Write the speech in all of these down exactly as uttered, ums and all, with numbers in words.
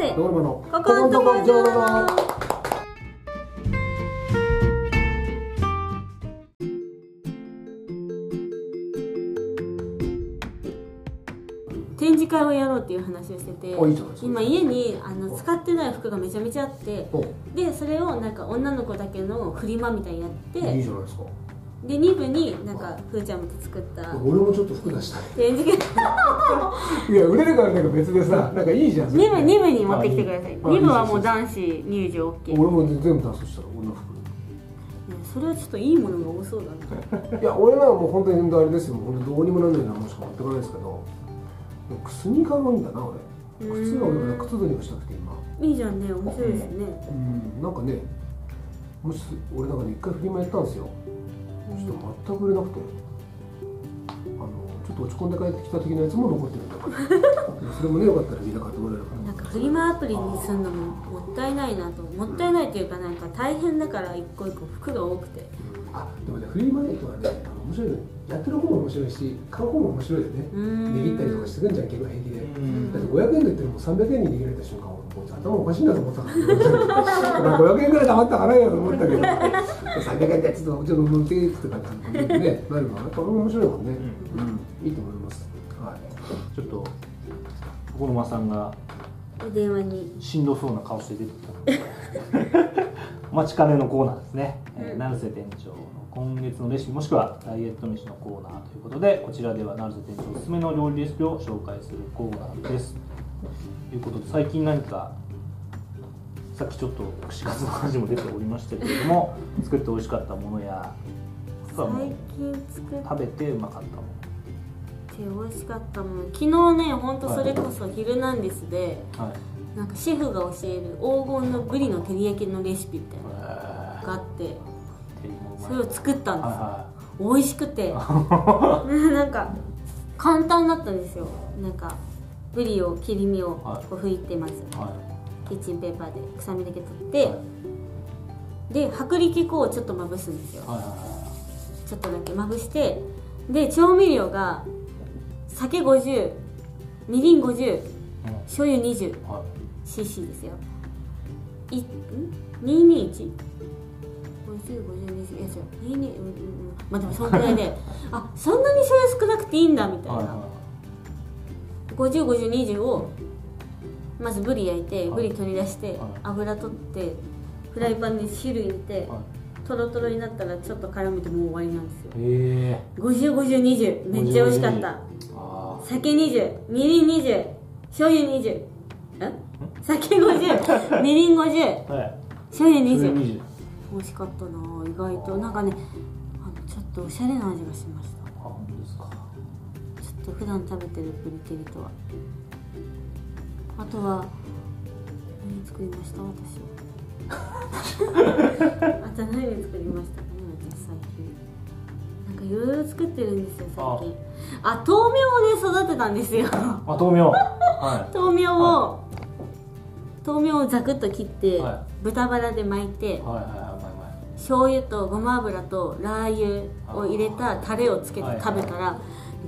フェドールマのここんとこ上手。展示会をやろうっていう話をしてて、今家にあの使ってない服がめちゃめちゃあって、でそれをなんか女の子だけのフリマみたいにやって、 いいじゃないですか。 でに部になんかふーちゃんも作った俺もちょっと服出したい。 展示会いや売れるからなんか別でさ、なんかいいじゃん。 に部に部に持ってきてください。に部はもう男子入場 オーケー。 俺も全部出すしたら俺の服。 それはちょっといいものが多そうだな。 いや俺らはもう本当にあれですよ。本当どうにもなんないようなものしか持ってこないですけど、スニーカーがいいんだな俺。靴が俺から靴取りをしたくて今。 いいじゃんね、面白いですね。 うん、なんかね、もし俺なんかね一回フリマやったんですよ。ちょっと全く売れなくて、あのちょっと落ち込んで帰ってきた的なやつも残ってるんだからそれもねよかったらみんな買ってもらえるから。なんかフリマアプリにするのももったいないなと。もったいないというかなんか大変だから一個一個服が多くて、 うん、あでもねフリマネットはね面白いの。やってる方も面白いし買う方も面白いよね。値切ったりとかしてくんじゃん結構平気で。だってごひゃくえんで言ってもさんびゃくえんに握られた瞬間こいつ頭おかしいなと思ってたからごひゃくえんぐらい黙ったからやと思ったけどさんびゃくえんでちょっとちょっと乗ってって感じでねなるのはやっぱ面白いもんね。うんいいと思います。はい。 ちょっと小沼さんが電話にしんどそうな顔して出てきたのでお待ちかねのコーナーですね、うんえー、成瀬店長の今月のレシピもしくはダイエット飯のコーナーということで、こちらでは成瀬店長おすすめの料理レシピを紹介するコーナーです。ということで最近何かさっきちょっと串カツの話も出ておりましたけれども作って美味しかったものや最近作っ食べてうまかったもの美味しかったもの、昨日ね本当それこそ「ヒルナンデス」で、はい、なんかシェフが教える黄金のブリの照り焼きのレシピみたいなのがあって、それを作ったんですよ、はいはい、美味しくてなんか簡単だったんですよ。なんかブリを切り身をこう拭いてます、はい、キッチンペーパーで臭みだけ取って、はい、で薄力粉をちょっとまぶすんですよ、はいはいはい、ちょっとだけまぶして、で調味料が酒ごじゅう、みりんごじゅう、醤油にじゅうシーシー ですよ。いんにひゃくにじゅういち ごじゅう、ごじゅう、にじゅう、いや違うにひゃくにじゅう、うんうん、まあでもそんくらいであ、そんなに醤油少なくていいんだみたいな、はいはい、ごじゅう、ごじゅう、にじゅうをまずブリ焼いて、ブリ取り出して、はい、油取ってフライパンに汁入れて、はい、トロトロになったらちょっと絡めてもう終わりなんですよ。へー、ごじゅう、ごじゅう、にじゅうめっちゃ美味しかった。酒にじゅう、みりんにじゅう、醤油にじゅう、え酒ごじゅう、みりんごじゅう、はい、醤油にじゅう。美味しかったな。意外となんかね、あのちょっとおしゃれな味がしました。あ、本当ですか。ちょっと普段食べてるブリテリとは。あとは何作りました私あと何作りましたかね私最近。なんかいろいろ作ってるんですよ最近。あ、豆苗をね育てたんですよ。あ、 豆苗。はい。 豆苗を、はい、豆苗をザクッと切って、はい、豚バラで巻いて、はいはいはいはい、醤油とごま油とラー油を入れたタレをつけて食べたら、はい、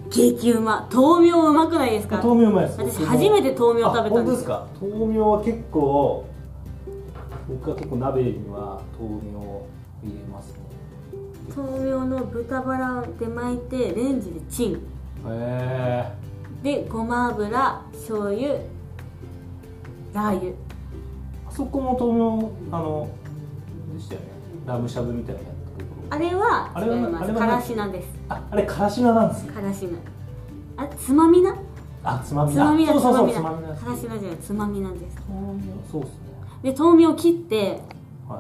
激うま。豆苗うまくないですか？ 豆苗うまいです。 私初めて豆苗食べたんです。 本当ですか？豆苗は結構僕は結構鍋には豆苗を入れますね。 豆苗の豚バラで巻いてレンジでチン。へえ。でごま油、醤油、ラー油。 あそこも豆苗あのでしたよね。ラムしゃぶみたいなやつ。 あれはあれはあれはからし菜です。 あ、あれからし菜なんです。 からし菜。あ、つまみ菜？ あ、つまみ菜。 つまみ菜。 そうそうそう、つまみ菜。 からし菜じゃない、つまみ菜です。 豆苗、そうですね。 で豆苗切って、はい、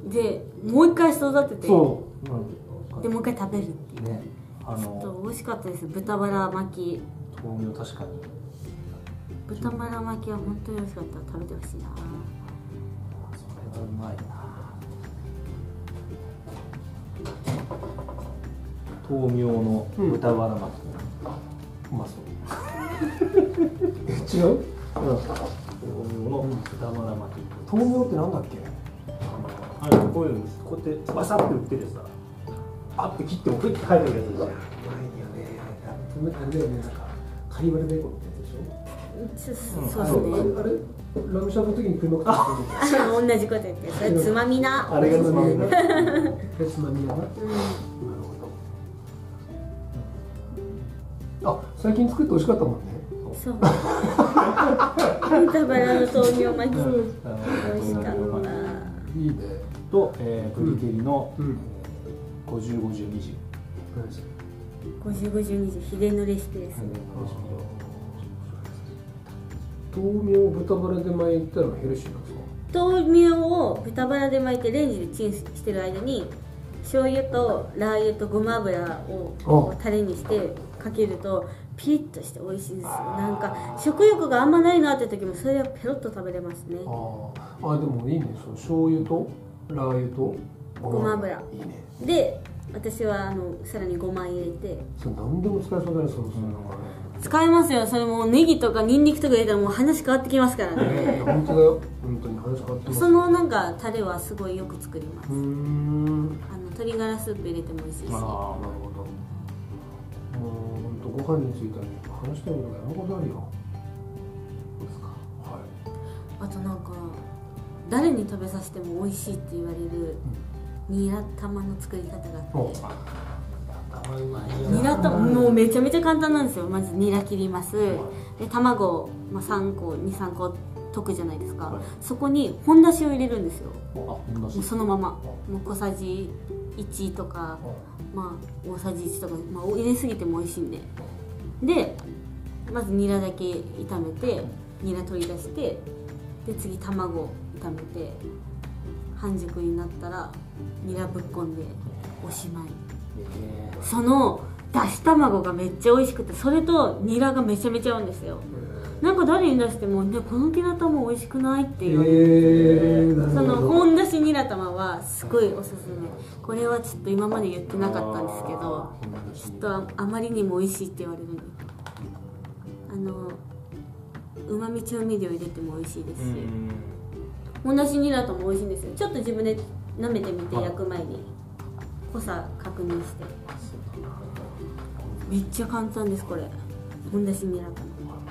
でもう一回育てて、そう、うん、でもう一回食べるっていうね。あのちょっと美味しかったです。豚バラ巻き。 豆苗確かに。 豚バラ巻きは本当に美味しかった。食べてほしいな。 それはうまいな。豆苗の豚バラ巻き、うん、うまそうえ、違う？うん、豆苗の豚バラ巻き。 豆苗ってなんだっけ？ あれこういうのこうやってバサッて売っててさ、パッて切ってもクイッて書いてあるやつじゃん。ないよね。あれだよね、なんかカニバルベーコンってやつでしょ？ そうですね。 あれラムシャの時に食いまくった同じこと言ってそれつまみな。 あれがつまみな。つまみな。なるほど。あ、最近作って美味しかったもんね。 そう。豚バラの豆苗巻き美味しかった。いいね。 と、えー、プリテリのごじゅう、ごじゅう、にじゅう。 ごじゅう、ごじゅう、にじゅう秘伝のレシピです。 豆苗を豚バラで巻いたらヘルシーなんですか？ 豆苗を豚バラで巻いてレンジでチンしてる間に醤油とラー油とごま油をタレにしてかけるとピリッとして美味しいですよ。なんか食欲があんまないなって時もそれはペロッと食べれますね。 ああ、でもいいね。その醤油とラー油とごま油。いいね。 で、私はあのさらにごま入れて。 それ何でも使えそうだね。そうそう。 使えますよ。それもネギとかニンニクとか入れたらもう話変わってきますからね。 えー、本当だよ。本当に話変わってます。 そのなんかタレはすごいよく作ります。 うーん。 あの鶏ガラスープ入れても美味しいし。ああ、なるほど。もう本当ご飯については話したいことが山ほどあるよ。そうですか。はい。 あとなんか誰に食べさせても美味しいって言われるニラ玉の作り方があって。ニラともうめちゃめちゃ簡単なんですよ。まずニラ切ります。で卵、まあ、さんこにさんこ溶くじゃないですか、はい、そこに本だしを入れるんですよ。もうそのままもう小さじいちとか、まあ、大さじいちとか、まあ、入れすぎても美味しいんで。でまずニラだけ炒めてニラ取り出して、で次卵炒めて半熟になったらニラぶっこんでおしまい。そのだし卵がめっちゃ美味しくて、それとニラがめちゃめちゃ合うんですよ。なんか誰に出しても、ね、このニラ玉美味しくないって言われて、えー、その本だしニラ玉はすごいおすすめ。これはちょっと今まで言ってなかったんですけど、ちょっと あ, あまりにも美味しいって言われるんで、あのうまみ調味料入れても美味しいですし、本だしニラ玉も美味しいんですよ。ちょっと自分で舐めてみて、焼く前に濃さ確認して。めっちゃ簡単です。これ本だしニラ玉。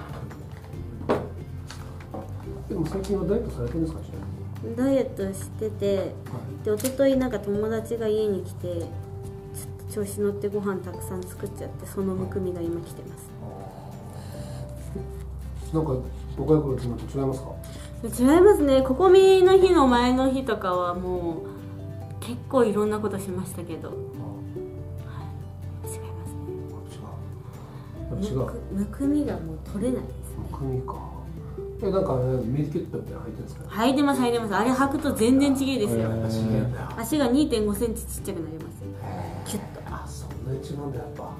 でも最近はダイエットされてるんですか？ ダイエットしてて、はい、で一昨日なんか友達が家に来て、ちょっと調子乗ってご飯たくさん作っちゃって、そのむくみが今来てます。 なんか若い頃と今と違いますか？ 違いますね。ここみの日の前の日とかはもう結構いろんなことしましたけど、はい、違いますね。 違う。 むくみがもう取れないですね。 むくみか。え、なんかメディケットみたいなの履いてるんですか？ 履いてます履いてます。あれ履くと全然違いですよ。足が にてんごセンチちっちゃくなります。キュッと。 あ、そんなに違うんだやっぱ。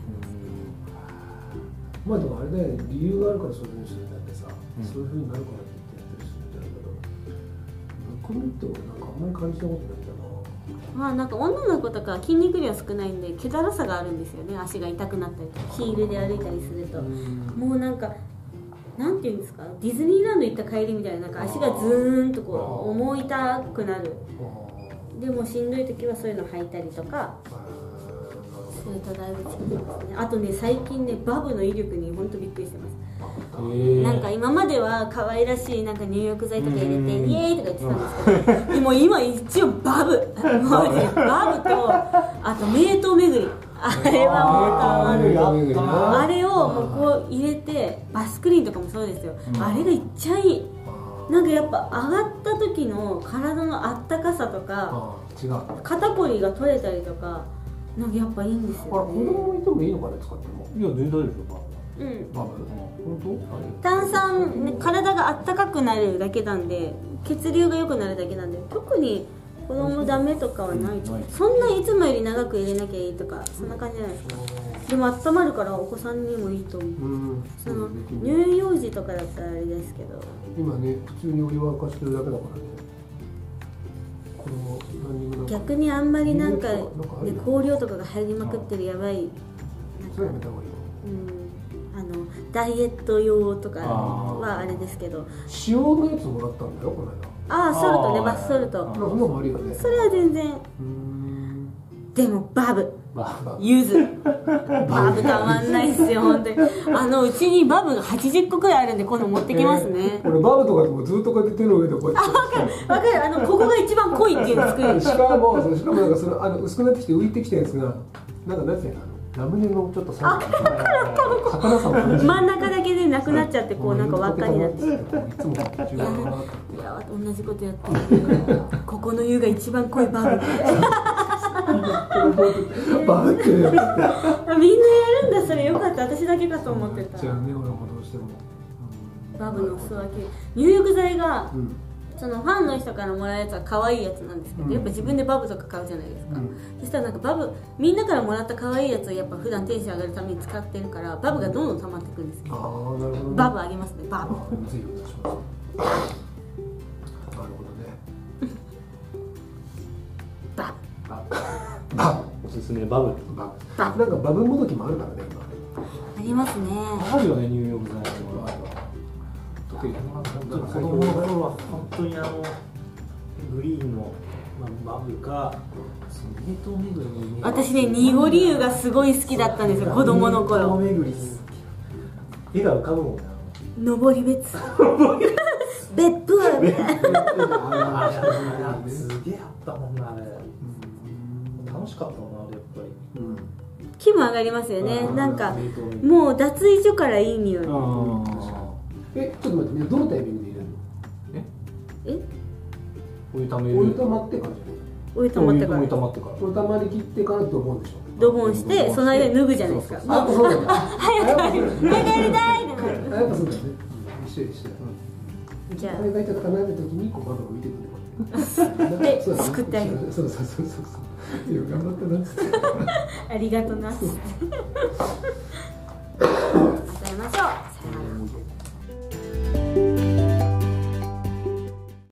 まあでもあれだよね、理由があるからそういうふうにするんだってさ、うん、そういうふうになるからって言ってやったりするんだけど、むくみって俺なんかあんまり感じたことないんだな。 まあなんか女の子とか筋肉量少ないんで気だるさがあるんですよね。足が痛くなったりとかヒールで歩いたりすると、もうなんかなんていうんですか、ディズニーランド行った帰りみたいな、なんか足がズーンとこう重たくなる。でもしんどい時はそういうの履いたりとかそれとだいぶ違いますね。あとね、最近ねバブの威力に本当びっくりしてます。なんか今までは可愛らしいなんか入浴剤とか入れてイエーイとか言ってたんですけど、でも今一応バブもうね、バブとあと名刀巡り、あれはもうたまる。あれをもうこう入れて、バスクリーンとかもそうですよ、うん、あれがいっちゃいい。なんかやっぱ上がった時の体のあったかさとか、 違う肩こりが取れたりとか、なんかやっぱいいんですよね。 あれ子供いてもいいのかね、使っても。 いや全然大丈夫ですよ。 うん、 バブ本当？炭酸、ね、体があったかくなるだけなんで、血流が良くなるだけなんで、特に子供ダメとかはないと。そんないつもより長く入れなきゃいいとかそんな感じじゃないですか。でも温まるからお子さんにもいいと思う。うん、その乳幼児とかだったらあれですけど、 今ね普通にお湯沸かしてるだけだからね。子供何にも逆にあんまりなんか、ね、香料とかが入りまくってるやばい。 それやめた方がいいよ。 うん、あのダイエット用とかはあれですけど、 塩のやつもらったんだよこの間。 ああ、ソルトね、バスソルト。 そんなのもあるよね。 それは全然。でもバブゆずバブたまんないっすよ本当に。あのうちにバブがはちじゅっこくらいあるんで今度持ってきますね。 俺バブとかでもずっとこうやって手の上でこうやって、 あ、分かる分かる、あのここが一番濃いっていうの作る。 しかもしかもなんかそのあの薄くなってきて浮いてきたやつがなんかなんていうの、ラムネのちょっとさ、儚さを感じる。 真ん中だけでなくなっちゃってこうなんか輪っかになって。いつもや同じことやってる。ここの湯が一番濃いバブ。 バブってるやつ。 みんなやるんだ、それよかった。私だけかと思ってた。 じゃあね、俺もどうしてもバブの素分け入浴剤が、うん、そのファンの人からもらうやつは可愛いやつなんですけど、うん、やっぱ自分でバブとか買うじゃないですか、うん、そしたらなんかバブみんなからもらった可愛いやつをやっぱ普段テンション上がるために使ってるからバブがどんどん溜まっていくんですよ。 ああ、なるほど、ね、 バブありますね、バブ。 ぜひお願いします。なるほどね。 バブバブおすすめバブバブなんかバブもどきもあるからね今。 ありますね。 あるよね、入浴剤は。特に子供の頃は本当にあのグリーンの、まあ、バブかその名刀巡りに、 私ね、濁り湯がすごい好きだったんですよ、子供の頃。 名刀巡り絵が浮かぶもんな。 登別別府はみたいな。すげえあったもんなあれ。楽しかったもんなあれやっぱり。うん、 気分上がりますよね。なんかもう脱衣所からいい匂い。 え、ちょっと待って、どのタイミングで入れるの？ え？ お湯ためる。 お湯たまってからじゃない？ お湯たまってから。 お湯たまってから。 お湯たまり切ってからドボンでしょ。 ドボンしてその間に脱ぐじゃないですか。 あ、そうなんだ。 早く帰る。早く帰りたいってなる。 やっぱそうだよね。一緒一緒。 じゃあ。 これがちょっと離れた時にこうバブが浮いてくる。 で、すくってあげる。 そうそうそうそうそう。いや頑張ったなっつって。 ありがとなっつって。